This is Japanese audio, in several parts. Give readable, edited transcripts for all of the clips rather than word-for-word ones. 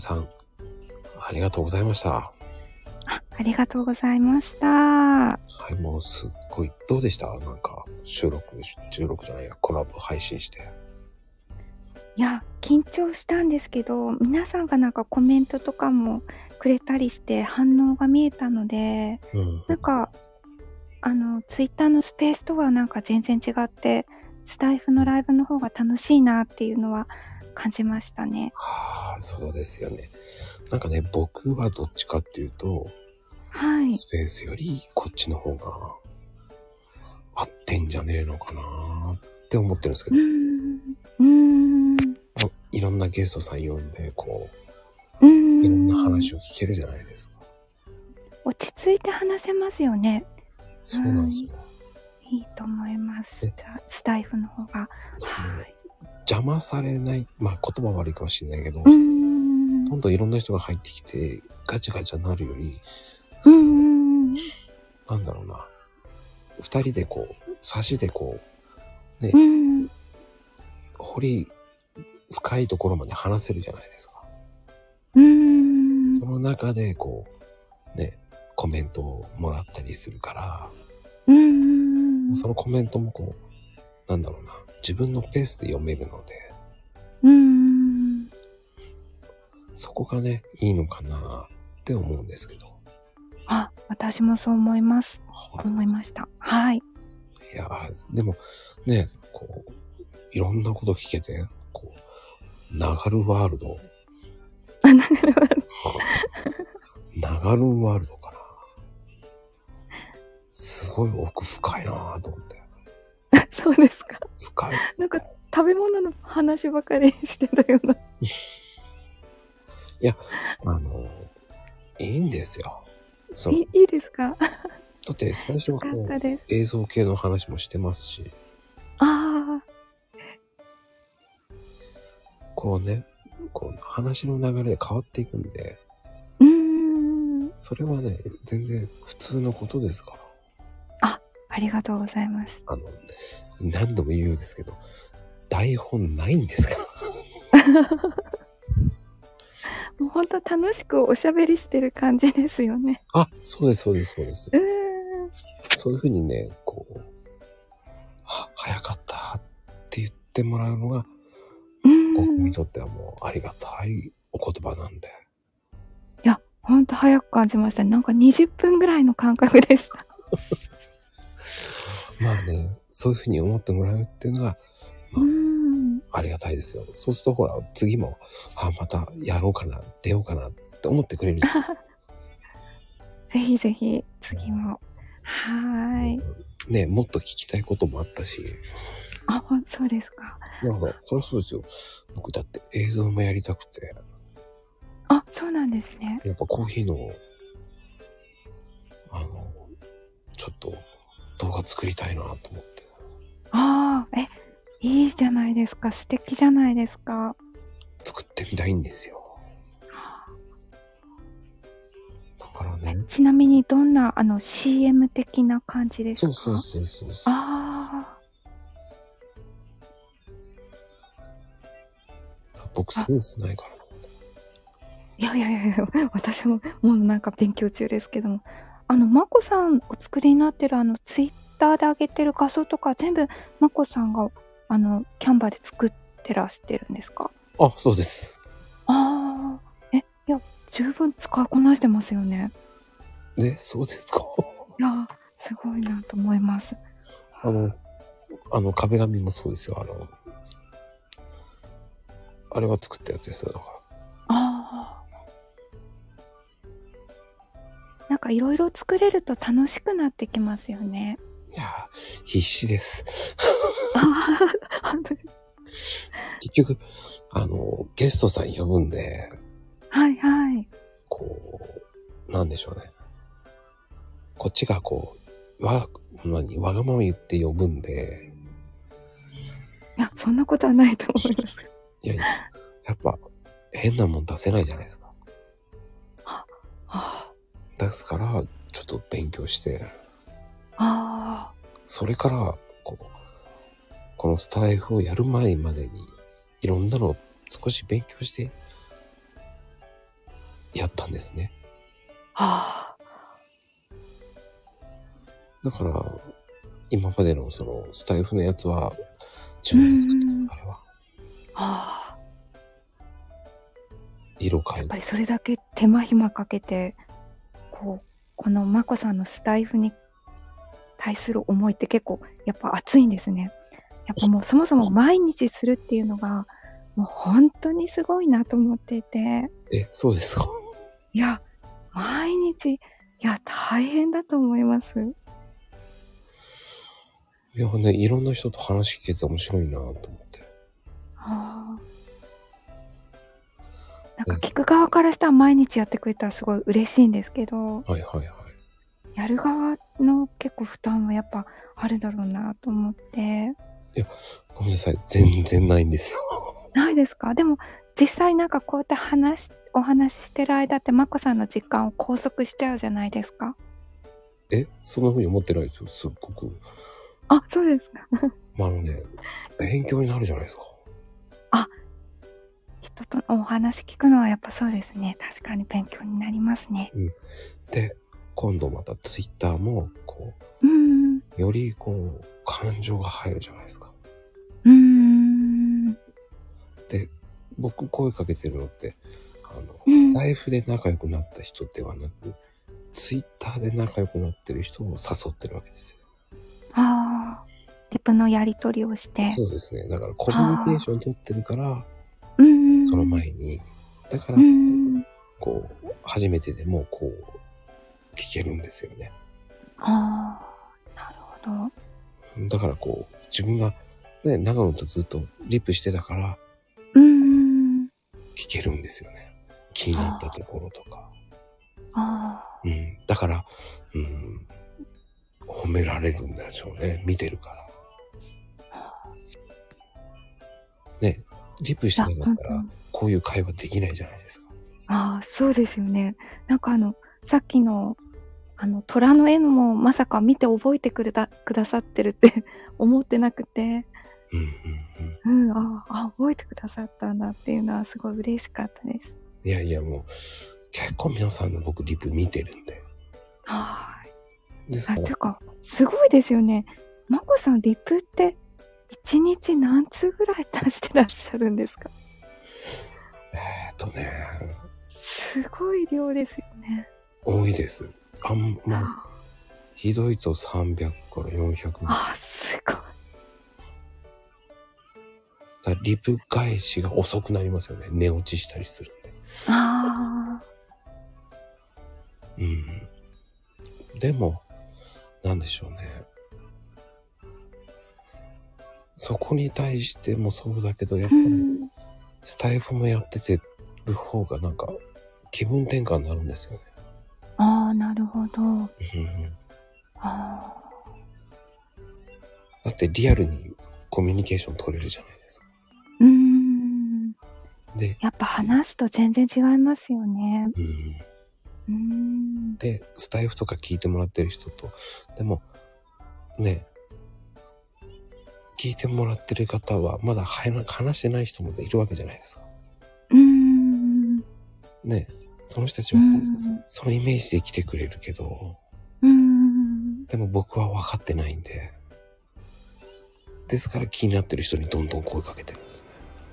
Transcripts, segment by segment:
さん、ありがとうございました。 ありがとうございました。 はい、もうすっごい、どうでした？なんか、収録じゃないや、コラボ配信して。 いや、緊張したんですけど、皆さんがなんかコメントとかもくれたりして反応が見えたので、なんか、ツイッターのスペースとはなんか全然違って、スタイフのライブの方が楽しいなっていうのは感じましたね。 はあ、そうですよね。なんかね、僕はどっちかっていうと、 はい。 スペースよりこっちの方が合ってんじゃねえのかなって思ってるんですけど。いろんなゲストさん呼んで、こう、いろんな話を聞けるじゃないですか。 落ち着いて話せますよね。 そうなんですよ。 いいと思います。スタイフの方が。はい。 邪魔されない、まあ言葉悪いかもしれないけど、どんどんいろんな人が入ってきてガチャガチャなるより、なんだろうな、二人でこう差しでこうね、深いところまで話せるじゃないですか。その中でこうね、コメントをもらったりするから、そのコメントもこうなんだろうな、自分のペースで読めるので、そこがね、いいのかなって思うんですけど。 あ、私もそう思います。思いました。はい。 いやー、でもね、こういろんなこと聞けて、こうナガルワールド、ナガルワールドかな。すごい奥深いなぁと思って。 そうですか。 深い。 なんか食べ物の話ばかりしてたような。 いや、いいんですよ。 いいですか？ だって最初はこう映像系の話もしてますし。こうね、こう話の流れで変わっていくんで。それはね、全然普通のことですから。 ありがとうございます。 何度も言うようですけど、台本ないんですから。 もうほんと楽しくおしゃべりしてる感じですよね。 あ、そうです。そういう風にね、こう、早かったって言ってもらうのが、僕にとってはもうありがたいお言葉なんで。 いや、ほんと早く感じました。なんか20分ぐらいの感覚でした。 まあね、そういう風に思ってもらうっていうのが、ありがたいですよ。そうするとほら、次も、またやろうかな、出ようかなって思ってくれるじゃないですか。 ぜひぜひ、次も。はい。 ね、もっと聞きたいこともあったし。 そうですか。 いや、そりゃそうですよ。僕だって映像もやりたくて。 そうなんですね。 やっぱコーヒーの、ちょっと動画作りたいなと思って。 いいじゃないですか。素敵じゃないですか。 作ってみたいんですよ。だからね。 ちなみにどんなCM 的な感じですか？ そう。僕センスないからな。いや、私ももうなんか勉強中ですけども。まこさんお作りになってるツイッターで上げてる画像とか全部まこさんがキャンバーで作ってらしてるんですか？ そうです。 いや、十分使いこなしてますよね。 そうですか。 いや、すごいなと思います。 壁紙もそうですよ。あれは作ったやつですよ、だから。 なんかいろいろ作れると楽しくなってきますよね。 いや、必死です。結局、ゲストさん呼ぶんで。こう、なんでしょうね。こっちがこう、わがまま言って呼ぶんで。 いや、そんなことはないと思います。 いや、やっぱ変なもん出せないじゃないですか。ですから、ちょっと勉強して。それから、このスタイフをやる前までに、いろんなのを少し勉強して、 やったんですね。 はあ。 だから、今までのそのスタイフのやつは自分で作ってます、あれは。はあ。 色変え。 やっぱりそれだけ手間暇かけて、このまこさんのスタイフに対する思いって結構やっぱ熱いんですね。やっぱもうそもそも毎日するっていうのが、もう本当にすごいなと思っていて。 そうですか。 いや、毎日、いや、大変だと思います。 いやね、いろんな人と話聞けて面白いなと思って。 はあ。なんか聞く側からしたら毎日やってくれたらすごい嬉しいんですけど。 はいはいはい。 やる側の結構負担はやっぱあるだろうなと思って。 いや、ごめんなさい。全然ないんですよ。 ないですか？でも実際なんかこうやってお話ししてる間ってまこさんの時間を拘束しちゃうじゃないですか？ そんな風に思ってないですよ。すっごく。 あ、そうですか。 勉強になるじゃないですか。 あ、人とお話聞くのはやっぱそうですね。確かに勉強になりますね。 で、今度またツイッターもより感情が入るじゃないですか。で、僕声かけてるのってライフで仲良くなった人ではなく、ツイッターで仲良くなってる人を誘ってるわけですよ。 ああ、リプのやり取りをして。 そうですね。だからコミュニケーション取ってるから、その前に、だから、初めてでも聞けるんですよね。 ああ、なるほど。だから自分がね、長野とずっとリプしてたから、聞けるんですよね。気になったところとか。だから、褒められるんでしょうね。見てるから。ね、リプしてなかったら、こういう会話できないじゃないですか。 ああ、そうですよね。なんかさっきの、虎の絵もまさか見て覚えてくださってるって思ってなくて。覚えてくださったんだっていうのはすごい嬉しかったです。 いやいや、もう、結構皆さんの僕リプ見てるんで。 はい。ていうか、すごいですよね。まこさんリプって1日何通ぐらい出してらっしゃるんですか？すごい量ですよね。 多いです。ひどいと300から400。 あ、すごい。 リプ返しが遅くなりますよね。寝落ちしたりするんで。でも、なんでしょうね。そこに対してもそうだけど、やっぱり、スタイフもやっててる方がなんか、気分転換になるんですよね。 ああ、なるほど。 だってリアルにコミュニケーション取れるじゃないですか。で、 やっぱ話すと全然違いますよね。 で、スタイフとか聞いてもらってる人と、でも、ね、聞いてもらってる方は、まだ話してない人もいるわけじゃないですか。ね、その人たちは、そのイメージで来てくれるけど、でも僕は分かってないんで、ですから気になってる人にどんどん声かけてるんですね。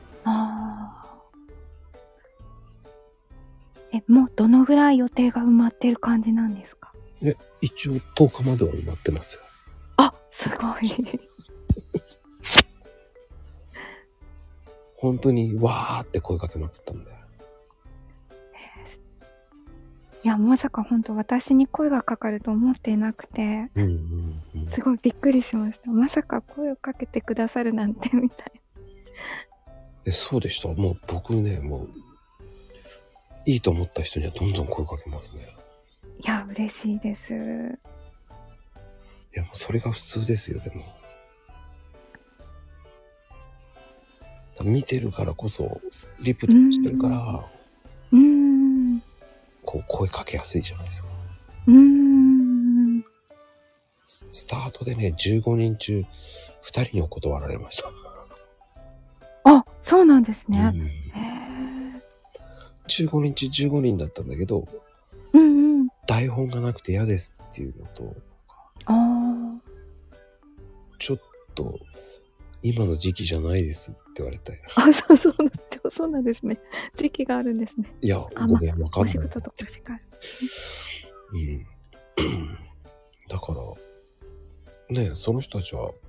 もうどのぐらい予定が埋まってる感じなんですか？ 一応10日までは埋まってますよ。 あ、すごい。 本当にわーって声かけまくったんで。 いや、まさか本当私に声がかかると思っていなくて、すごいびっくりしました。まさか声をかけてくださるなんてみたい。 そうでした。もう僕ね、もういいと思った人にはどんどん声かけますね。 いや、嬉しいです。いや、もうそれが普通ですよ、でも。見てるからこそ、リプとかしてるから、声かけやすいじゃないですか。スタートでね、15人中2人にお断られました。 あ、そうなんですね。 15日15人だったんだけど、台本がなくて嫌ですっていうのと、ちょっと今の時期じゃないですって言われて。 そうなんですね。時期があるんですね。 いや、ごめん、わかんない。お仕事とか時間。だから、ね、その人たちは、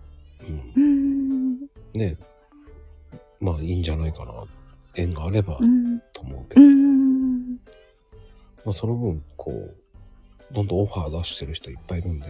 ね、まあいいんじゃないかな。縁があれば、と思うけど。まあその分、こう、どんどんオファー出してる人いっぱいいるんで、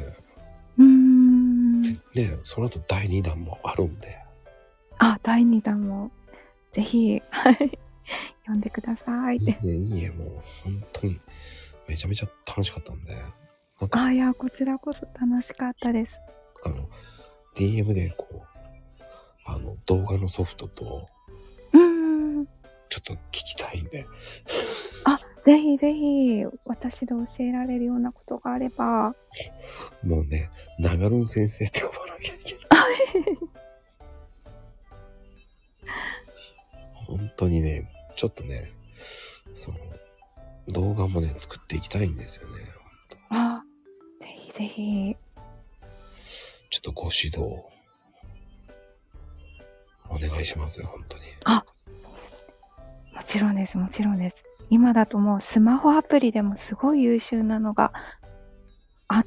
ね、その後第2弾もあるんで。 第2弾も、ぜひ、読んでください。 いいえ、もう、本当に、めちゃめちゃ楽しかったんで。 いや、こちらこそ楽しかったです。 DM で、こう、動画のソフトと、ちょっと聞きたいんで。 ぜひぜひ、私で教えられるようなことがあれば。 もうね、ながるん先生って呼ばなきゃいけない。本当にね、ちょっとね、その、動画もね、作っていきたいんですよね。 ぜひぜひ。 ちょっとご指導、お願いしますよ、本当に。 もちろんです、もちろんです。今だともうスマホアプリでもすごい優秀なのがあって、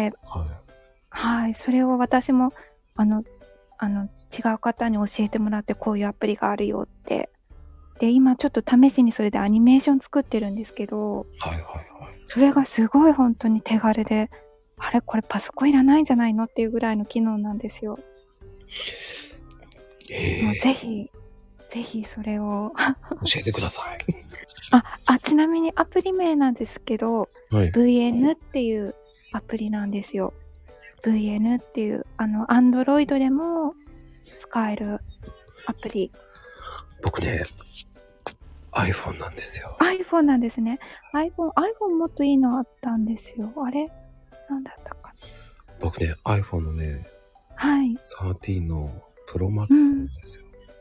それを私も違う方に教えてもらって、こういうアプリがあるよって。で、今ちょっと試しにそれでアニメーション作ってるんですけど、それがすごい本当に手軽で、これパソコンいらないんじゃないのっていうぐらいの機能なんですよ。もうぜひそれを教えてください。 ちなみにアプリ名なんですけど、VN っていうアプリなんですよ。VN っていうAndroid でも使えるアプリ。 僕ね、iPhone なんですよ。 iPhone なんですね。iPhone もっといいのあったんですよ。あれなんだったかな。 僕ね、iPhone のね、13の Pro Max なんですよ。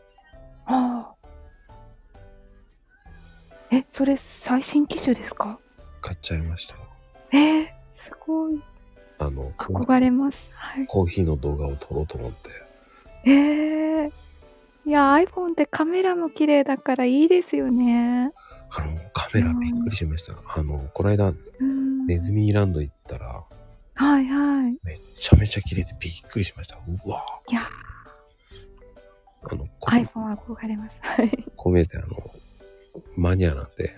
それ最新機種ですか？ 買っちゃいました。 すごい。 憧れます。 コーヒーの動画を撮ろうと思って。 いや、iPhone ってカメラも綺麗だからいいですよね。 カメラびっくりしました。この間、ネズミランド行ったら、めちゃめちゃ綺麗でびっくりしました。うわいやiPhone 憧れます。 こう見えてマニアなんで。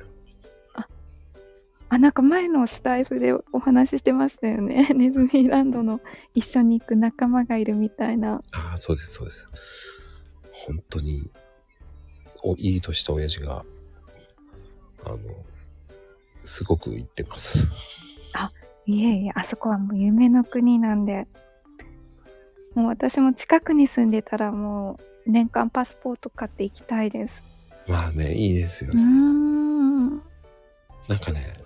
なんか前のスタイフでお話ししてましたよね。ネズミランドの一緒に行く仲間がいるみたいな。 そうです、そうです。本当に、いいとした親父が、すごく言ってます。 いえ、あそこはもう夢の国なんで、もう私も近くに住んでたらもう年間パスポート買って行きたいです。 まあね、いいですよね。なんかね、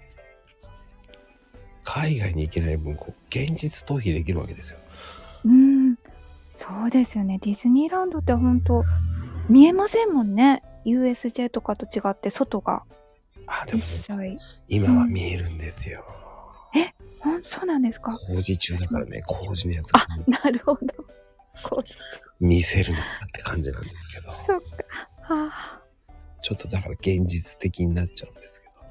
海外に行けない分、現実逃避できるわけですよ。 そうですよね。ディズニーランドって本当見えませんもんね。USJ とかと違って外が。 でも今は見えるんですよ。 そうなんですか？ 工事中だからね、工事のやつ。 なるほど。 見せるなって感じなんですけど。 そっか。 ちょっとだから現実的になっちゃうんですけど。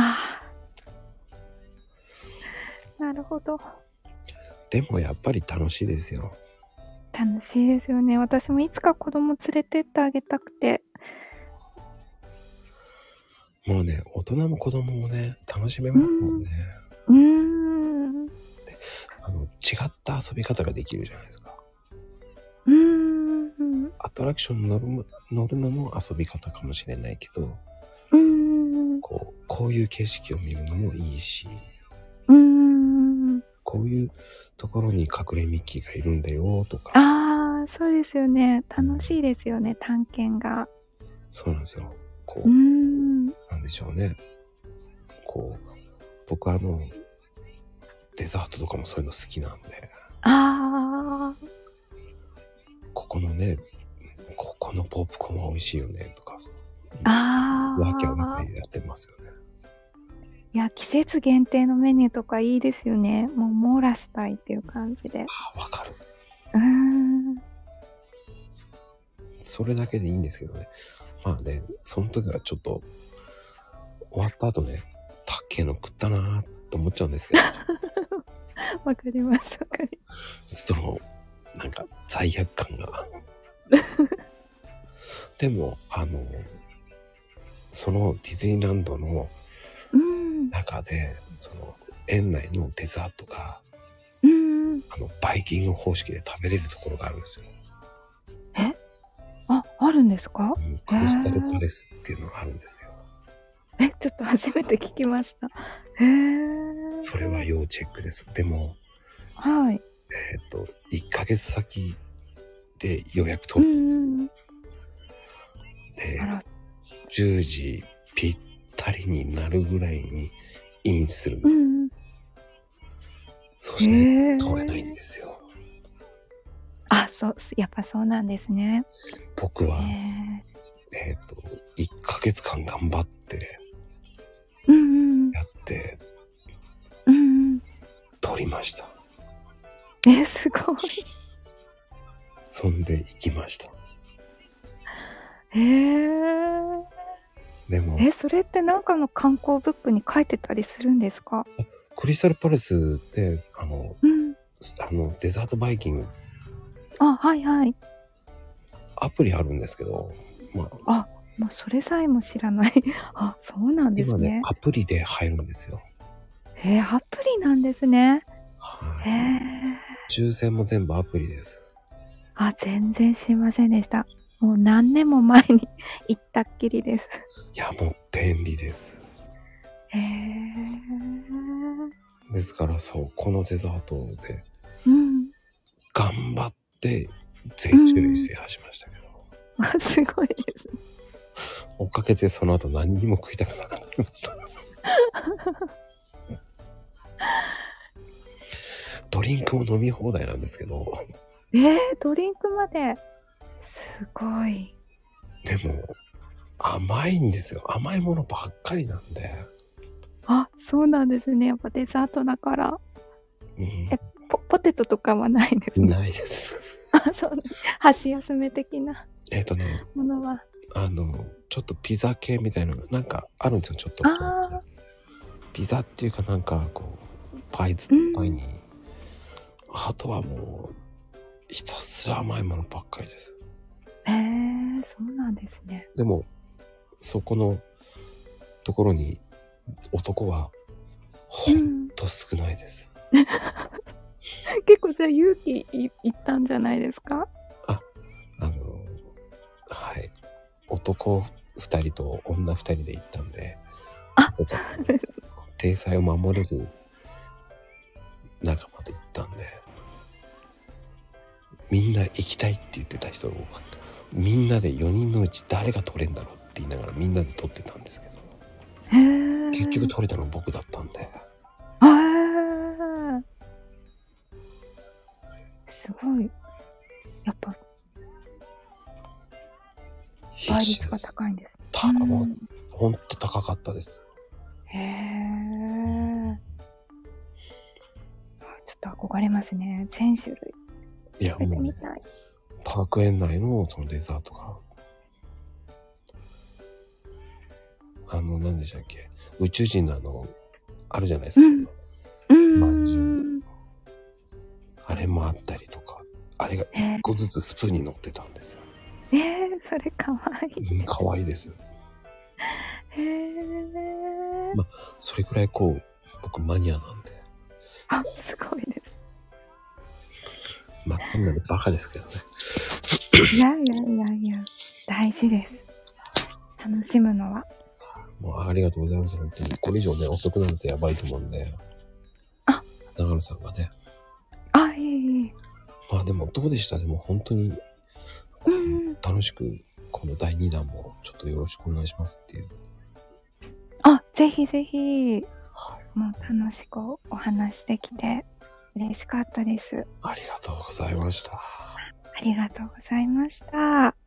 なるほど。 でもやっぱり楽しいですよ。 楽しいですよね。私もいつか子供連れてってあげたくて。 もうね、大人も子供もね、楽しめますもんね。で、違った遊び方ができるじゃないですか。アトラクションに乗るのも遊び方かもしれないけど、こういう景色を見るのもいいし、こういうところに隠れミッキーがいるんだよとか。 そうですよね。楽しいですよね、探検が。 そうなんですよ。なんでしょうね。僕デザートとかもそういうの好きなんで。ここのポップコーンは美味しいよねとか。 わけわけやってますよね。 いや、季節限定のメニューとかいいですよね。もう網羅したいっていう感じで。 わかる。それだけでいいんですけどね。まあね、その時はちょっと終わった後ね、たっけーの食ったなーと思っちゃうんですけど。 わかります、わかります。 その、なんか罪悪感が。でも、そのディズニーランドの中で、その園内のデザートが、バイキング方式で食べれるところがあるんですよ。 あるんですか？ クリスタルパレスっていうのがあるんですよ。 ちょっと初めて聞きました。 それは要チェックです。でも、 はい。 1ヶ月先で予約取るんですよ。で、10時ぴったりになるぐらいにインするんです。そして取れないんですよ。 やっぱそうなんですね。 僕は、1ヶ月間頑張って、やって、取りました。 すごい。 そんで行きました。でも。 それってなんかの観光ブックに書いてたりするんですか？ クリスタルパレスで、デザートバイキング。 はいはい。 アプリあるんですけど、 もうそれさえも知らない。そうなんですね。 今ね、アプリで入るんですよ。 アプリなんですね。 抽選も全部アプリです。 全然知りませんでした。もう何年も前に行ったっきりです。 いや、もう便利です。ですからこのデザートで、頑張って全種類制覇しましたけど。 すごいです。 追っかけてその後何にも食いたくなくなりました。ドリンクも飲み放題なんですけど。 ドリンクまで。すごい。 でも、甘いんですよ。甘いものばっかりなんで。 そうなんですね。やっぱデザートだから。ポテトとかはないんですね。 ないです。 そうね。箸休め的なものは。 ちょっとピザ系みたいなのがなんかあるんですよ。ちょっと。ピザっていうかなんかこう、パイに。あとはもう、ひたすら甘いものばっかりです。 そうなんですね。 でも、そこのところに男はほんと少ないです。 結構じゃあ勇気いったんじゃないですか？ はい。男2人と女2人で行ったんで、体裁を守れる仲間で行ったんで、みんな行きたいって言ってた人をみんなで4人のうち誰が取れんだろうって言いながらみんなで取ってたんですけど、結局取れたの僕だったんで。 すごい。やっぱ倍率が高いんです。 もうほんと高かったです。 ちょっと憧れますね。全種類。 いや、もうね、パーク園内のそのデザートが、何でしたっけ、宇宙人のあるじゃないですか。まんじゅう。あれもあったりとか、あれが1個ずつスプーンに乗ってたんですよ。 それかわいい。 かわいいですよ。それくらい僕マニアなんで。 すごいです。 単なるバカですけどね。 いや、大事です。楽しむのは。 もうありがとうございます。本当に。これ以上ね、遅くなるとやばいと思うんで。長野さんがね。 いえ。 でもどうでした？でも本当に、楽しく、この第2弾もちょっとよろしくお願いしますっていう。 ぜひぜひ。もう楽しくお話できて嬉しかったです。 ありがとうございました。 ありがとうございました。